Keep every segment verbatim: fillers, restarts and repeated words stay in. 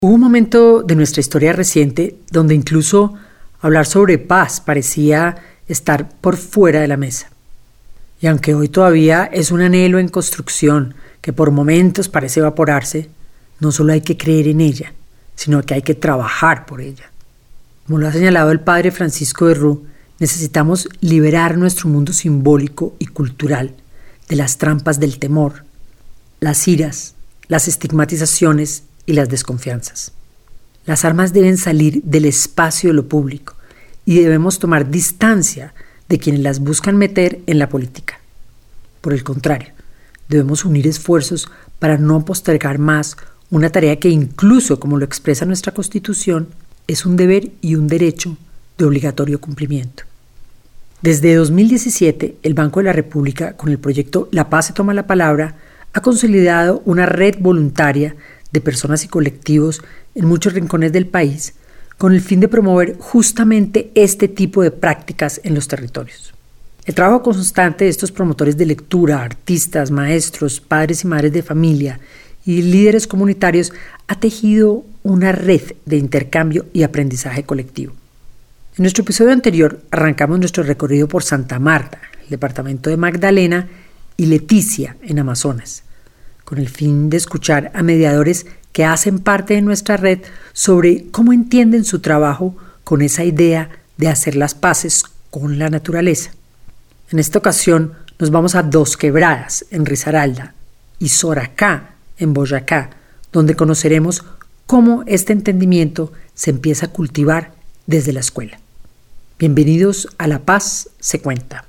Hubo un momento de nuestra historia reciente donde incluso hablar sobre paz parecía estar por fuera de la mesa. Y aunque hoy todavía es un anhelo en construcción que por momentos parece evaporarse, no solo hay que creer en ella, sino que hay que trabajar por ella. Como lo ha señalado el padre Francisco de Rú, necesitamos liberar nuestro mundo simbólico y cultural de las trampas del temor, las iras, las estigmatizaciones y las desconfianzas. Las armas deben salir del espacio de lo público y debemos tomar distancia de quienes las buscan meter en la política. Por el contrario, debemos unir esfuerzos para no postergar más una tarea que incluso, como lo expresa nuestra Constitución, es un deber y un derecho de obligatorio cumplimiento. Desde dos mil diecisiete, el Banco de la República, con el proyecto La Paz se toma la palabra, ha consolidado una red voluntaria de personas y colectivos en muchos rincones del país con el fin de promover justamente este tipo de prácticas en los territorios. El trabajo constante de estos promotores de lectura, artistas, maestros, padres y madres de familia y líderes comunitarios ha tejido una red de intercambio y aprendizaje colectivo. En nuestro episodio anterior arrancamos nuestro recorrido por Santa Marta, el departamento de Magdalena, y Leticia, en Amazonas, con el fin de escuchar a mediadores que hacen parte de nuestra red sobre cómo entienden su trabajo con esa idea de hacer las paces con la naturaleza. En esta ocasión nos vamos a Dos Quebradas, en Risaralda, y Soracá, en Boyacá, donde conoceremos cómo este entendimiento se empieza a cultivar desde la escuela. Bienvenidos a La Paz se cuenta.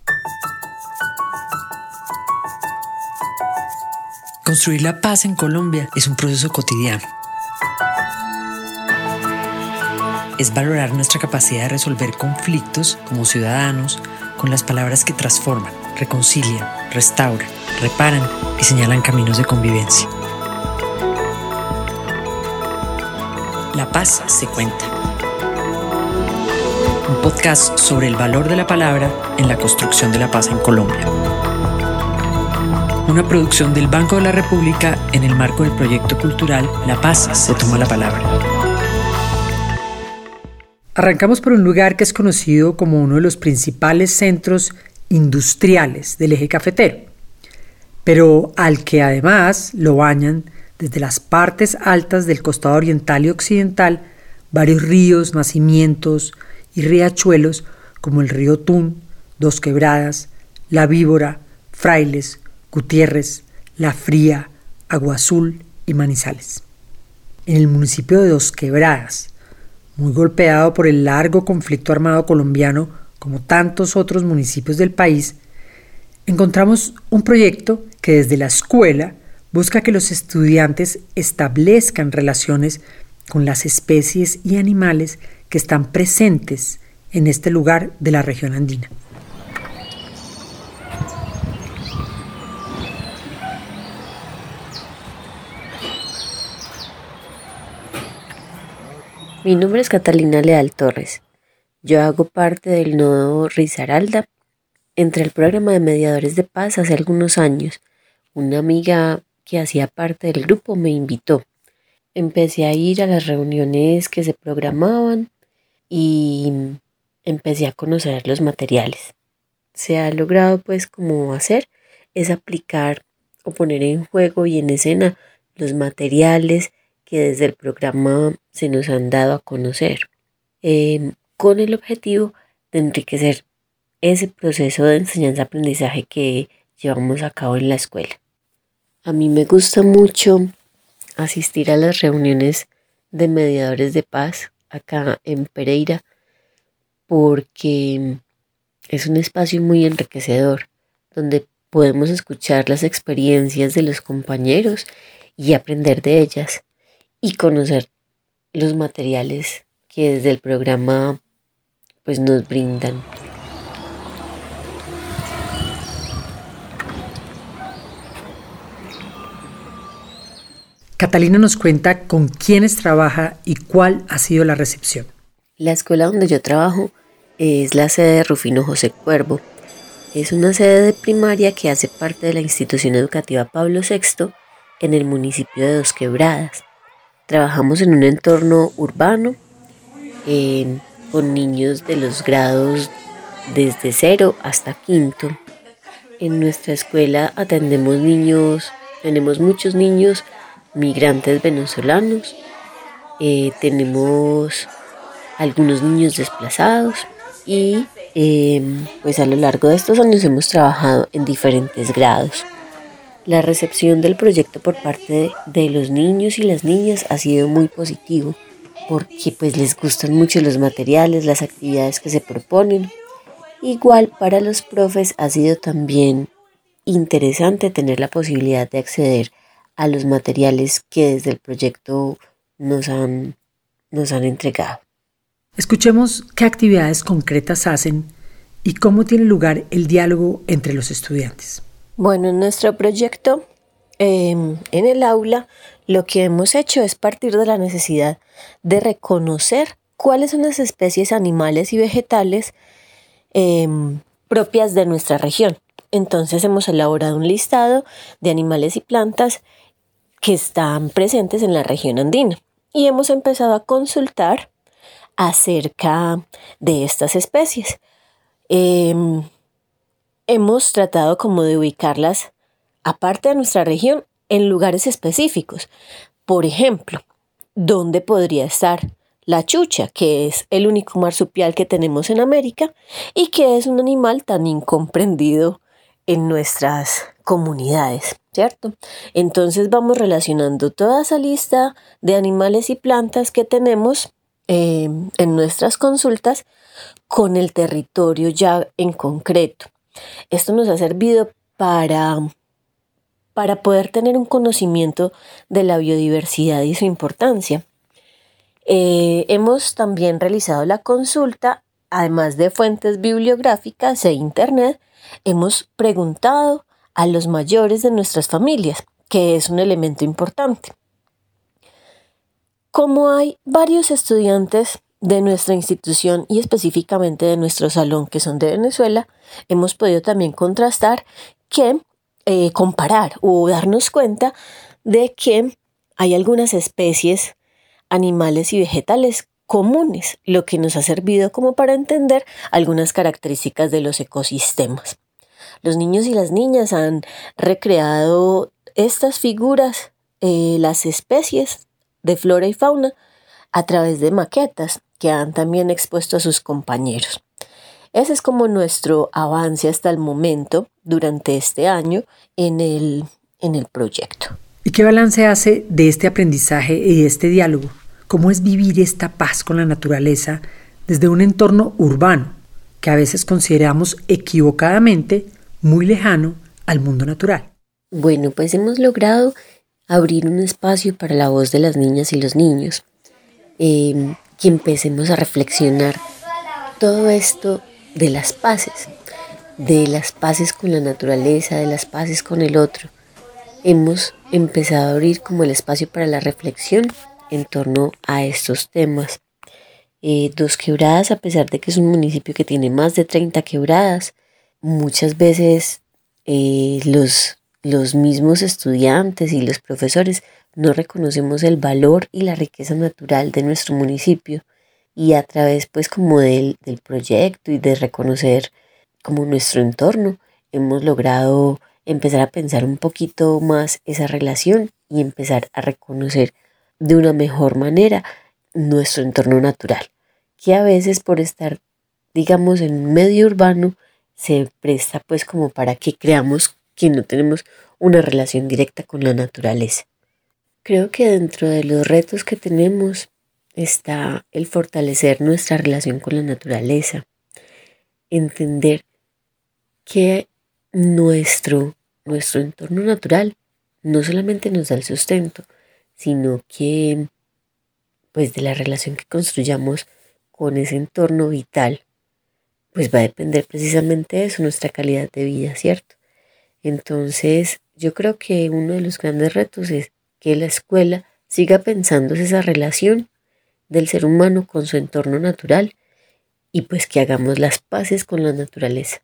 Construir la paz en Colombia es un proceso cotidiano. Es valorar nuestra capacidad de resolver conflictos como ciudadanos con las palabras que transforman, reconcilian, restauran, reparan y señalan caminos de convivencia. La Paz se cuenta. Un podcast sobre el valor de la palabra en la construcción de la paz en Colombia. Una producción del Banco de la República en el marco del proyecto cultural La Paz se toma la palabra. Arrancamos por un lugar que es conocido como uno de los principales centros industriales del eje cafetero, pero al que además lo bañan desde las partes altas del costado oriental y occidental varios ríos, nacimientos y riachuelos como el río Tun, Dos Quebradas, La Víbora, Frailes, Gutiérrez, La Fría, Agua Azul y Manizales. En el municipio de Dos Quebradas, muy golpeado por el largo conflicto armado colombiano, como tantos otros municipios del país, encontramos un proyecto que desde la escuela busca que los estudiantes establezcan relaciones con las especies y animales que están presentes en este lugar de la región andina. Mi nombre es Catalina Leal Torres. Yo hago parte del nodo Risaralda. Entré al programa de mediadores de paz hace algunos años. Una amiga que hacía parte del grupo me invitó. Empecé a ir a las reuniones que se programaban y empecé a conocer los materiales. Se ha logrado pues como hacer es aplicar o poner en juego y en escena los materiales que desde el programa se nos han dado a conocer, eh, con el objetivo de enriquecer ese proceso de enseñanza-aprendizaje que llevamos a cabo en la escuela. A mí me gusta mucho asistir a las reuniones de mediadores de paz acá en Pereira porque es un espacio muy enriquecedor donde podemos escuchar las experiencias de los compañeros y aprender de ellas y conocer los materiales que desde el programa pues nos brindan. Catalina nos cuenta con quiénes trabaja y cuál ha sido la recepción. La escuela donde yo trabajo es la sede de Rufino José Cuervo. Es una sede de primaria que hace parte de la institución educativa Pablo sexto en el municipio de Dos Quebradas. Trabajamos en un entorno urbano eh, con niños de los grados desde cero hasta quinto. En nuestra escuela atendemos niños, tenemos muchos niños migrantes venezolanos, eh, tenemos algunos niños desplazados y eh, pues a lo largo de estos años hemos trabajado en diferentes grados. La recepción del proyecto por parte de, de los niños y las niñas ha sido muy positivo porque pues les gustan mucho los materiales, las actividades que se proponen. Igual para los profes ha sido también interesante tener la posibilidad de acceder a los materiales que desde el proyecto nos han, nos han entregado. Escuchemos qué actividades concretas hacen y cómo tiene lugar el diálogo entre los estudiantes. Bueno, en nuestro proyecto, eh, en el aula, lo que hemos hecho es partir de la necesidad de reconocer cuáles son las especies animales y vegetales eh, propias de nuestra región. Entonces hemos elaborado un listado de animales y plantas que están presentes en la región andina y hemos empezado a consultar acerca de estas especies. Eh, hemos tratado como de ubicarlas aparte de nuestra región en lugares específicos. Por ejemplo, ¿dónde podría estar la chucha, que es el único marsupial que tenemos en América y que es un animal tan incomprendido en nuestras comunidades, ¿cierto? Entonces vamos relacionando toda esa lista de animales y plantas que tenemos eh, en nuestras consultas con el territorio ya en concreto. Esto nos ha servido para, para poder tener un conocimiento de la biodiversidad y su importancia. Eh, hemos también realizado la consulta, además de fuentes bibliográficas e internet, hemos preguntado a los mayores de nuestras familias, que es un elemento importante. Como hay varios estudiantes de nuestra institución y específicamente de nuestro salón que son de Venezuela, hemos podido también contrastar que, eh, comparar o darnos cuenta de que hay algunas especies animales y vegetales comunes, lo que nos ha servido como para entender algunas características de los ecosistemas. Los niños y las niñas han recreado estas figuras, eh, las especies de flora y fauna, a través de maquetas que han también expuesto a sus compañeros. Ese es como nuestro avance hasta el momento durante este año en el, en el proyecto. ¿Y qué balance hace de este aprendizaje y de este diálogo? ¿Cómo es vivir esta paz con la naturaleza desde un entorno urbano que a veces consideramos equivocadamente muy lejano al mundo natural? Bueno, pues hemos logrado abrir un espacio para la voz de las niñas y los niños, eh, que empecemos a reflexionar todo esto de las paces, de las paces con la naturaleza, de las paces con el otro. Hemos empezado a abrir como el espacio para la reflexión en torno a estos temas. Eh, Dos Quebradas, a pesar de que es un municipio que tiene más de treinta quebradas, muchas veces eh, los, los mismos estudiantes y los profesores no reconocemos el valor y la riqueza natural de nuestro municipio, y a través pues como del, del proyecto y de reconocer como nuestro entorno hemos logrado empezar a pensar un poquito más esa relación y empezar a reconocer de una mejor manera nuestro entorno natural, que a veces por estar digamos en un medio urbano se presta pues como para que creamos que no tenemos una relación directa con la naturaleza. Creo que dentro de los retos que tenemos está el fortalecer nuestra relación con la naturaleza, entender que nuestro, nuestro entorno natural no solamente nos da el sustento, sino que pues de la relación que construyamos con ese entorno vital, pues va a depender precisamente de eso, nuestra calidad de vida, ¿cierto? Entonces yo creo que uno de los grandes retos es que la escuela siga pensando esa relación del ser humano con su entorno natural y pues que hagamos las paces con la naturaleza.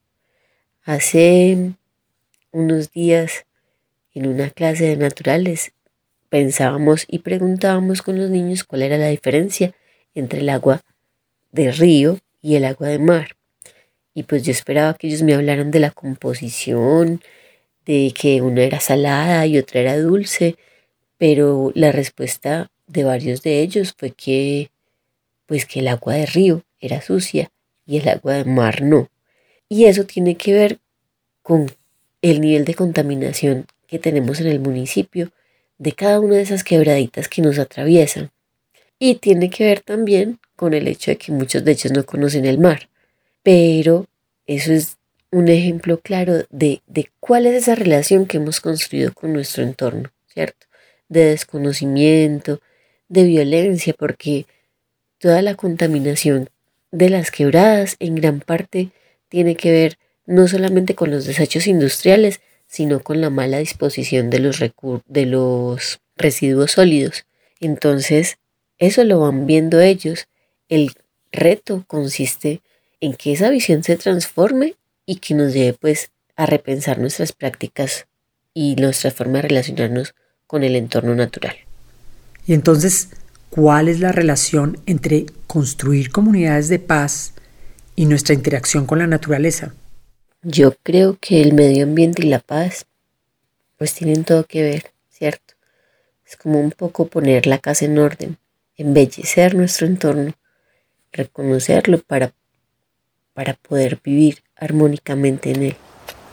Hace unos días en una clase de naturales pensábamos y preguntábamos con los niños cuál era la diferencia entre el agua de río y el agua de mar. Y pues yo esperaba que ellos me hablaran de la composición, de que una era salada y otra era dulce, pero la respuesta de varios de ellos fue que, pues que el agua de río era sucia y el agua de mar no. Y eso tiene que ver con el nivel de contaminación que tenemos en el municipio de cada una de esas quebraditas que nos atraviesan. Y tiene que ver también con el hecho de que muchos de ellos no conocen el mar. Pero eso es un ejemplo claro de, de cuál es esa relación que hemos construido con nuestro entorno, ¿cierto? De desconocimiento, de violencia, porque toda la contaminación de las quebradas en gran parte tiene que ver no solamente con los desechos industriales, sino con la mala disposición de los, recur- de los residuos sólidos. Entonces, eso lo van viendo ellos. El reto consiste en que esa visión se transforme y que nos lleve pues a repensar nuestras prácticas y nuestra forma de relacionarnos con el entorno natural. Y entonces, ¿cuál es la relación entre construir comunidades de paz y nuestra interacción con la naturaleza? Yo creo que el medio ambiente y la paz pues tienen todo que ver, ¿cierto? Es como un poco poner la casa en orden, embellecer nuestro entorno, reconocerlo para, para poder vivir armónicamente en él.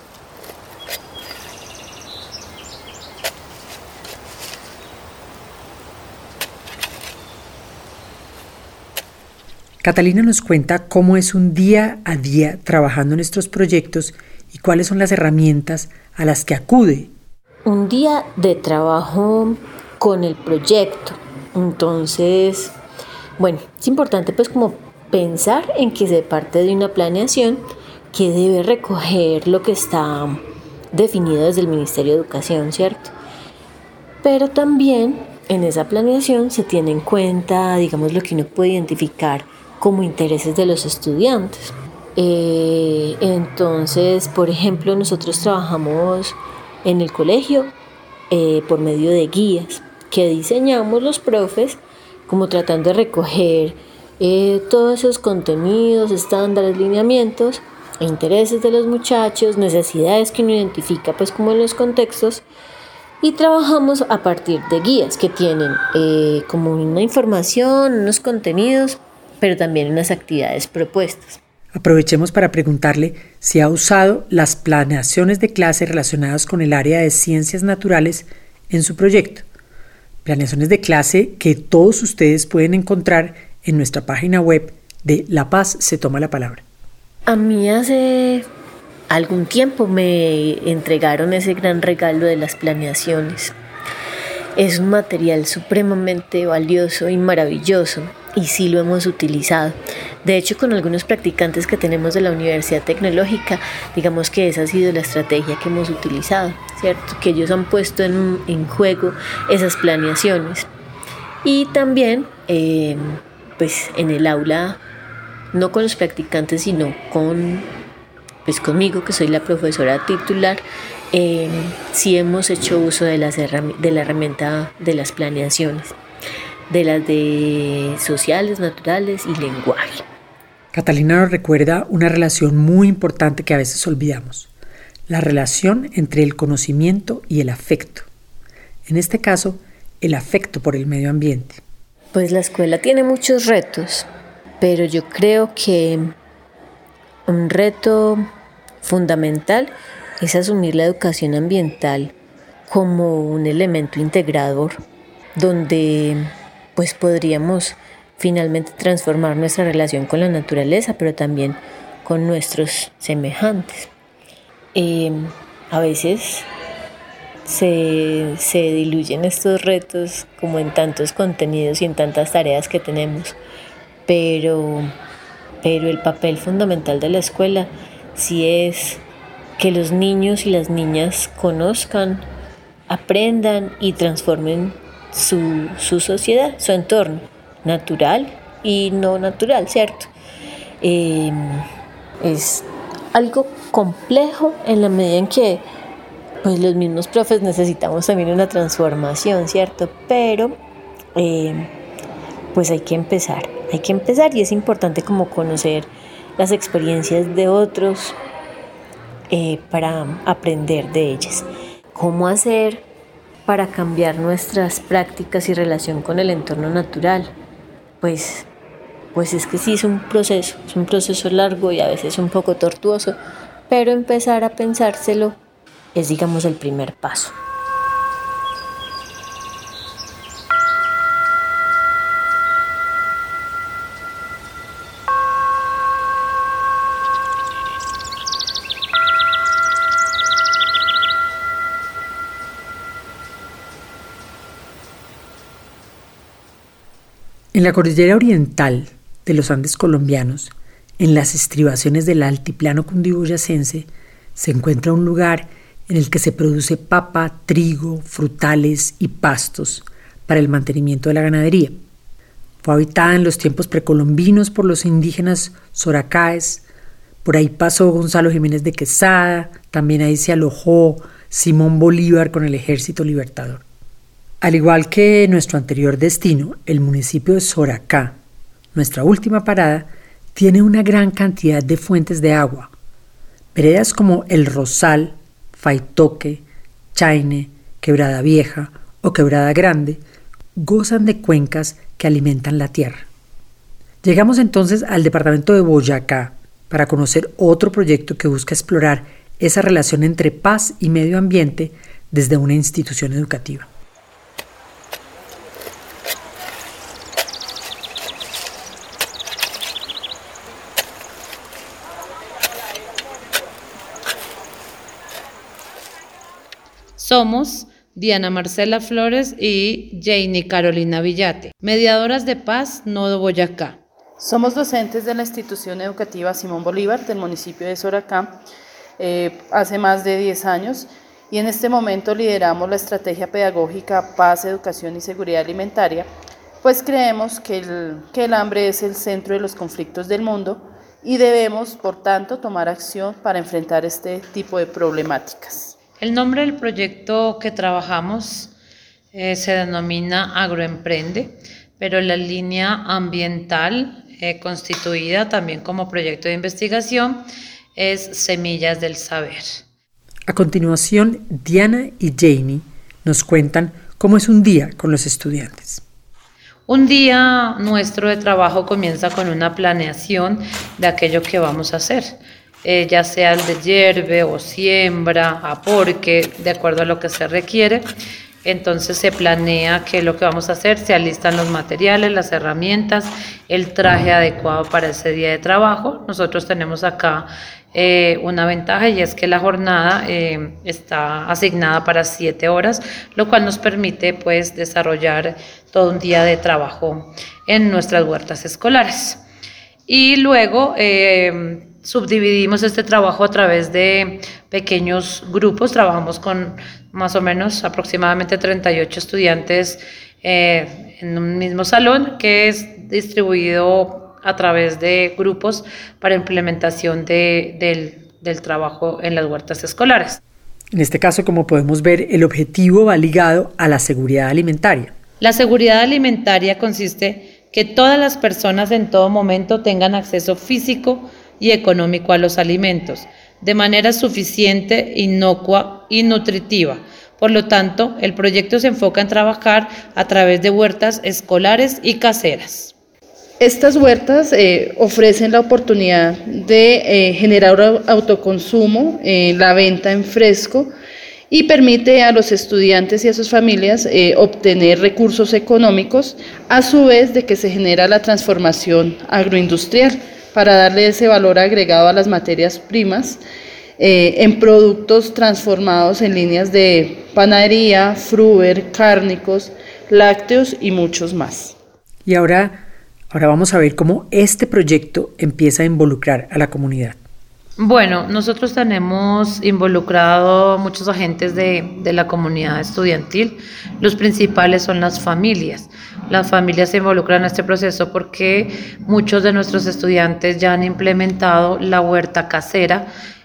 Catalina nos cuenta cómo es un día a día trabajando en estos proyectos y cuáles son las herramientas a las que acude. Un día de trabajo con el proyecto. Entonces, bueno, es importante pues como pensar en que se parte de una planeación que debe recoger lo que está definido desde el Ministerio de Educación, ¿cierto? Pero también en esa planeación se tiene en cuenta, digamos, lo que uno puede identificar como intereses de los estudiantes. Eh, entonces, por ejemplo, nosotros trabajamos en el colegio eh, por medio de guías que diseñamos los profes, como tratando de recoger eh, todos esos contenidos, estándares, lineamientos, intereses de los muchachos, necesidades que uno identifica pues como en los contextos, y trabajamos a partir de guías que tienen eh, como una información, unos contenidos, pero también unas actividades propuestas. Aprovechemos para preguntarle si ha usado las planeaciones de clase relacionadas con el área de ciencias naturales en su proyecto. Planeaciones de clase que todos ustedes pueden encontrar en nuestra página web de La Paz se toma la palabra. A mí hace algún tiempo me entregaron ese gran regalo de las planeaciones. Es un material supremamente valioso y maravilloso, y sí lo hemos utilizado. De hecho, con algunos practicantes que tenemos de la Universidad Tecnológica, digamos que esa ha sido la estrategia que hemos utilizado, ¿cierto? Que ellos han puesto en, en juego esas planeaciones. Y también, eh, pues en el aula, no con los practicantes, sino con, pues conmigo, que soy la profesora titular, eh, sí hemos hecho uso de, las herram- de la herramienta de las planeaciones, de las de sociales, naturales y lenguaje. Catalina nos recuerda una relación muy importante que a veces olvidamos, la relación entre el conocimiento y el afecto. En este caso, el afecto por el medio ambiente. Pues la escuela tiene muchos retos, pero yo creo que un reto fundamental es asumir la educación ambiental como un elemento integrador, donde pues podríamos finalmente transformar nuestra relación con la naturaleza, pero también con nuestros semejantes. Eh, a veces se, se diluyen estos retos como en tantos contenidos y en tantas tareas que tenemos, pero, pero el papel fundamental de la escuela sí es que los niños y las niñas conozcan, aprendan y transformen su, su sociedad, su entorno, natural y no natural, ¿cierto? Eh, es algo complejo en la medida en que pues los mismos profes necesitamos también una transformación, ¿cierto? Pero eh, pues hay que empezar, hay que empezar y es importante como conocer las experiencias de otros eh, para aprender de ellas. ¿Cómo hacer para cambiar nuestras prácticas y relación con el entorno natural? Pues, pues es que sí es un proceso, es un proceso largo y a veces un poco tortuoso, pero empezar a pensárselo es, digamos, el primer paso. En la cordillera oriental de los Andes colombianos, en las estribaciones del altiplano cundiboyacense, se encuentra un lugar en el que se produce papa, trigo, frutales y pastos para el mantenimiento de la ganadería. Fue habitada en los tiempos precolombinos por los indígenas soracaes. Por ahí pasó Gonzalo Jiménez de Quesada, también ahí se alojó Simón Bolívar con el Ejército Libertador. Al igual que nuestro anterior destino, el municipio de Soracá, nuestra última parada, tiene una gran cantidad de fuentes de agua. Veredas como El Rosal, Faitoque, Chaine, Quebrada Vieja o Quebrada Grande gozan de cuencas que alimentan la tierra. Llegamos entonces al departamento de Boyacá para conocer otro proyecto que busca explorar esa relación entre paz y medio ambiente desde una institución educativa. Somos Diana Marcela Flores y Janie Carolina Villate, mediadoras de paz Nodo Boyacá. Somos docentes de la institución educativa Simón Bolívar del municipio de Soracá eh, hace más de diez años y en este momento lideramos la estrategia pedagógica Paz, Educación y Seguridad Alimentaria, pues creemos que el, que el hambre es el centro de los conflictos del mundo y debemos, por tanto, tomar acción para enfrentar este tipo de problemáticas. El nombre del proyecto que trabajamos eh, se denomina Agroemprende, pero la línea ambiental eh, constituida también como proyecto de investigación es Semillas del Saber. A continuación, Diana y Janie nos cuentan cómo es un día con los estudiantes. Un día nuestro de trabajo comienza con una planeación de aquello que vamos a hacer. Eh, ya sea el de hierve o siembra, aporque, de acuerdo a lo que se requiere. Entonces se planea qué es lo que vamos a hacer, se alistan los materiales, las herramientas, el traje adecuado para ese día de trabajo. Nosotros tenemos acá eh, una ventaja y es que la jornada eh, está asignada para siete horas, lo cual nos permite pues desarrollar todo un día de trabajo en nuestras huertas escolares. Y luego eh, subdividimos este trabajo a través de pequeños grupos. Trabajamos con más o menos aproximadamente treinta y ocho estudiantes eh, en un mismo salón, que es distribuido a través de grupos para implementación de, del, del trabajo en las huertas escolares. En este caso, como podemos ver, el objetivo va ligado a la seguridad alimentaria. La seguridad alimentaria consiste que todas las personas en todo momento tengan acceso físico y económico a los alimentos, de manera suficiente, inocua y nutritiva. Por lo tanto, el proyecto se enfoca en trabajar a través de huertas escolares y caseras. Estas huertas eh, ofrecen la oportunidad de eh, generar autoconsumo, eh, la venta en fresco, y permite a los estudiantes y a sus familias eh, obtener recursos económicos, a su vez de que se genera la transformación agroindustrial para darle ese valor agregado a las materias primas eh, en productos transformados en líneas de panadería, fruver, cárnicos, lácteos y muchos más. Y ahora, ahora vamos a ver cómo este proyecto empieza a involucrar a la comunidad. Bueno, nosotros tenemos involucrado muchos agentes de, de la comunidad estudiantil. Los principales son las familias. Las familias se involucran en este proceso porque muchos de nuestros estudiantes ya han implementado la huerta casera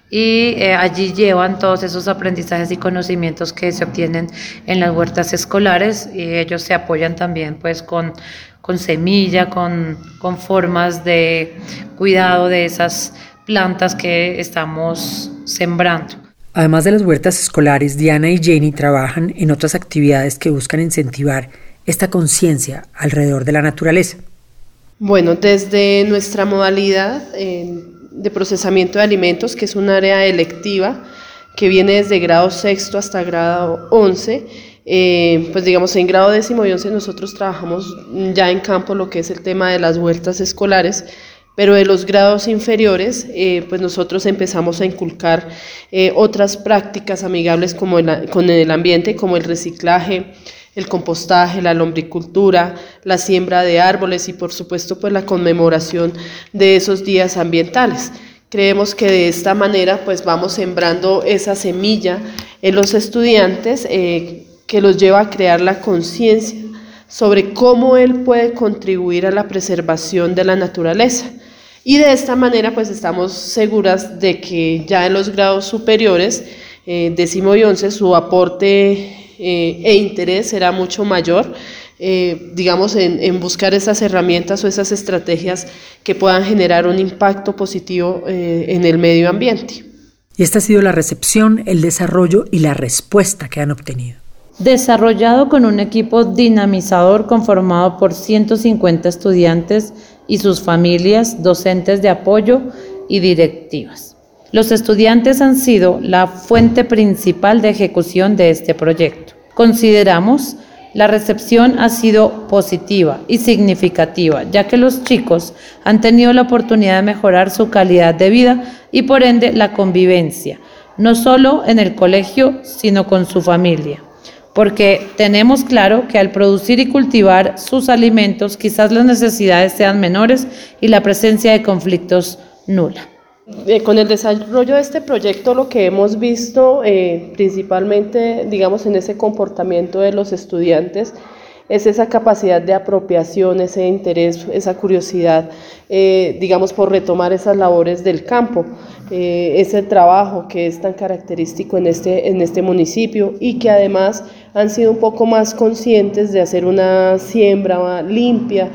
y eh, allí llevan todos esos aprendizajes y conocimientos que se obtienen en las huertas escolares, y ellos se apoyan también pues con, con semilla, con, con formas de cuidado de esas plantas que estamos sembrando. Además de las huertas escolares, Diana y Jenny trabajan en otras actividades que buscan incentivar esta conciencia alrededor de la naturaleza. Bueno, desde nuestra modalidad eh, de procesamiento de alimentos, que es un área electiva que viene desde grado sexto hasta grado once, eh, pues digamos en grado décimo y once nosotros trabajamos ya en campo lo que es el tema de las huertas escolares, pero de los grados inferiores, eh, pues nosotros empezamos a inculcar eh, otras prácticas amigables como el, con el ambiente, como el reciclaje, el compostaje, la lombricultura, la siembra de árboles y por supuesto pues la conmemoración de esos días ambientales. Creemos que de esta manera pues vamos sembrando esa semilla en los estudiantes eh, que los lleva a crear la conciencia sobre cómo él puede contribuir a la preservación de la naturaleza. Y de esta manera pues estamos seguras de que ya en los grados superiores, eh, décimo y once, su aporte Eh, e interés será mucho mayor, eh, digamos, en, en buscar esas herramientas o esas estrategias que puedan generar un impacto positivo eh, en el medio ambiente. Y esta ha sido la recepción, el desarrollo y la respuesta que han obtenido. Desarrollado con un equipo dinamizador conformado por ciento cincuenta estudiantes y sus familias, docentes de apoyo y directivas. Los estudiantes han sido la fuente principal de ejecución de este proyecto. Consideramos la recepción ha sido positiva y significativa, ya que los chicos han tenido la oportunidad de mejorar su calidad de vida y por ende la convivencia, no solo en el colegio, sino con su familia. Porque tenemos claro que al producir y cultivar sus alimentos, quizás las necesidades sean menores y la presencia de conflictos nula. Eh, con el desarrollo de este proyecto lo que hemos visto eh, principalmente, digamos, en ese comportamiento de los estudiantes es esa capacidad de apropiación, ese interés, esa curiosidad, eh, digamos, por retomar esas labores del campo, eh, ese trabajo que es tan característico en este, en este municipio y que además han sido un poco más conscientes de hacer una siembra limpia,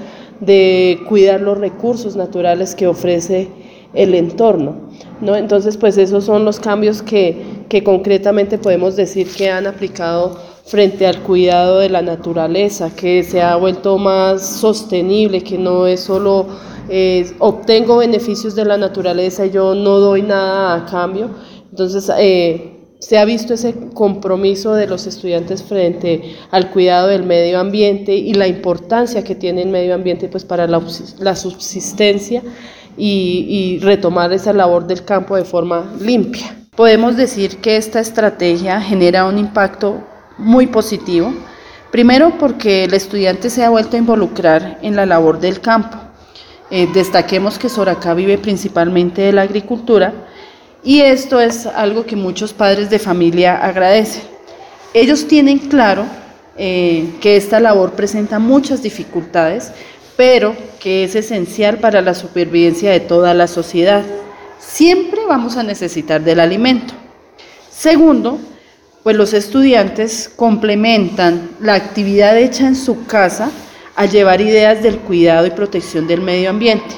de cuidar los recursos naturales que ofrece el entorno, ¿no? Entonces, pues esos son los cambios que, que concretamente podemos decir que han aplicado frente al cuidado de la naturaleza, que se ha vuelto más sostenible, que no es solo eh, obtengo beneficios de la naturaleza y yo no doy nada a cambio. Entonces, eh, se ha visto ese compromiso de los estudiantes frente al cuidado del medio ambiente y la importancia que tiene el medio ambiente pues, para la, la subsistencia y, y retomar esa labor del campo de forma limpia. Podemos decir que esta estrategia genera un impacto muy positivo, primero porque el estudiante se ha vuelto a involucrar en la labor del campo. Eh, destaquemos que Soracá vive principalmente de la agricultura y esto es algo que muchos padres de familia agradecen. Ellos tienen claro eh, que esta labor presenta muchas dificultades, pero que es esencial para la supervivencia de toda la sociedad. Siempre vamos a necesitar del alimento. Segundo, pues los estudiantes complementan la actividad hecha en su casa a llevar ideas del cuidado y protección del medio ambiente,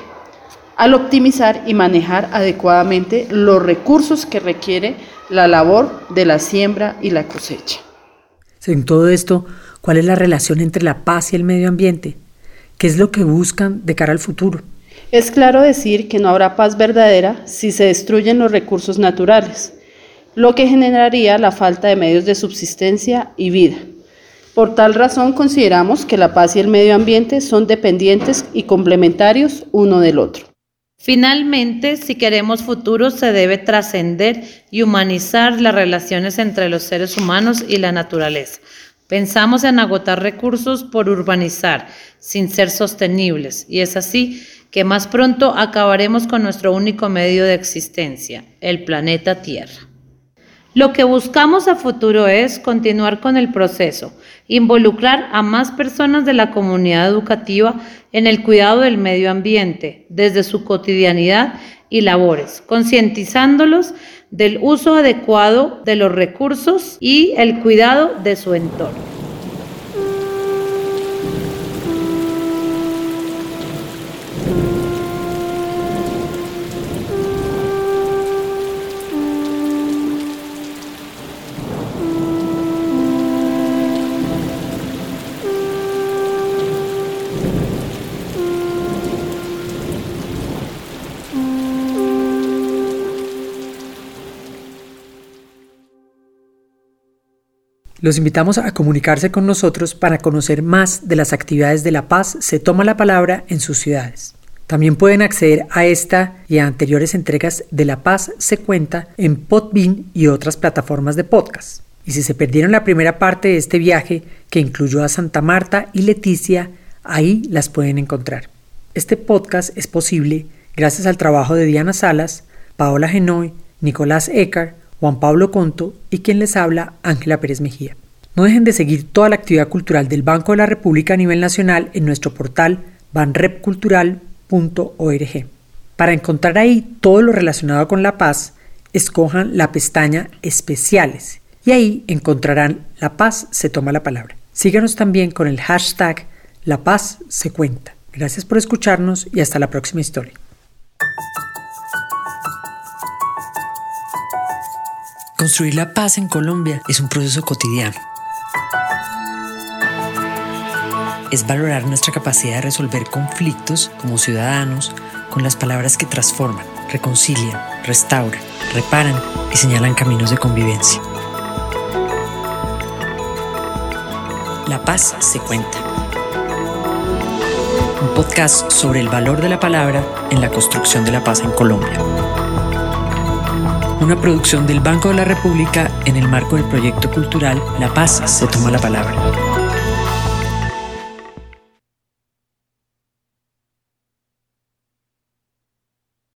al optimizar y manejar adecuadamente los recursos que requiere la labor de la siembra y la cosecha. En todo esto, ¿cuál es la relación entre la paz y el medio ambiente? ¿Qué es lo que buscan de cara al futuro? Es claro decir que no habrá paz verdadera si se destruyen los recursos naturales, lo que generaría la falta de medios de subsistencia y vida. Por tal razón consideramos que la paz y el medio ambiente son dependientes y complementarios uno del otro. Finalmente, si queremos futuro, se debe trascender y humanizar las relaciones entre los seres humanos y la naturaleza. Pensamos en agotar recursos por urbanizar, sin ser sostenibles, y es así que más pronto acabaremos con nuestro único medio de existencia, el planeta Tierra. Lo que buscamos a futuro es continuar con el proceso, involucrar a más personas de la comunidad educativa en el cuidado del medio ambiente, desde su cotidianidad y labores, concientizándolos del uso adecuado de los recursos y el cuidado de su entorno. Los invitamos a comunicarse con nosotros para conocer más de las actividades de La Paz Se Toma la Palabra en sus ciudades. También pueden acceder a esta y a anteriores entregas de La Paz Se Cuenta en Podbean y otras plataformas de podcast. Y si se perdieron la primera parte de este viaje, que incluyó a Santa Marta y Leticia, ahí las pueden encontrar. Este podcast es posible gracias al trabajo de Diana Salas, Paola Genoy, Nicolás Ecar, Juan Pablo Conto y quien les habla, Ángela Pérez Mejía. No dejen de seguir toda la actividad cultural del Banco de la República a nivel nacional en nuestro portal banrepcultural punto org. Para encontrar ahí todo lo relacionado con La Paz, escojan la pestaña Especiales y ahí encontrarán La Paz Se Toma la Palabra. Síganos también con el hashtag La Paz Se Cuenta. Gracias por escucharnos y hasta la próxima historia. Construir la paz en Colombia es un proceso cotidiano. Es valorar nuestra capacidad de resolver conflictos como ciudadanos con las palabras que transforman, reconcilian, restauran, reparan y señalan caminos de convivencia. La Paz Se Cuenta. Un podcast sobre el valor de la palabra en la construcción de la paz en Colombia. Una producción del Banco de la República en el marco del proyecto cultural La Paz Se Toma la Palabra.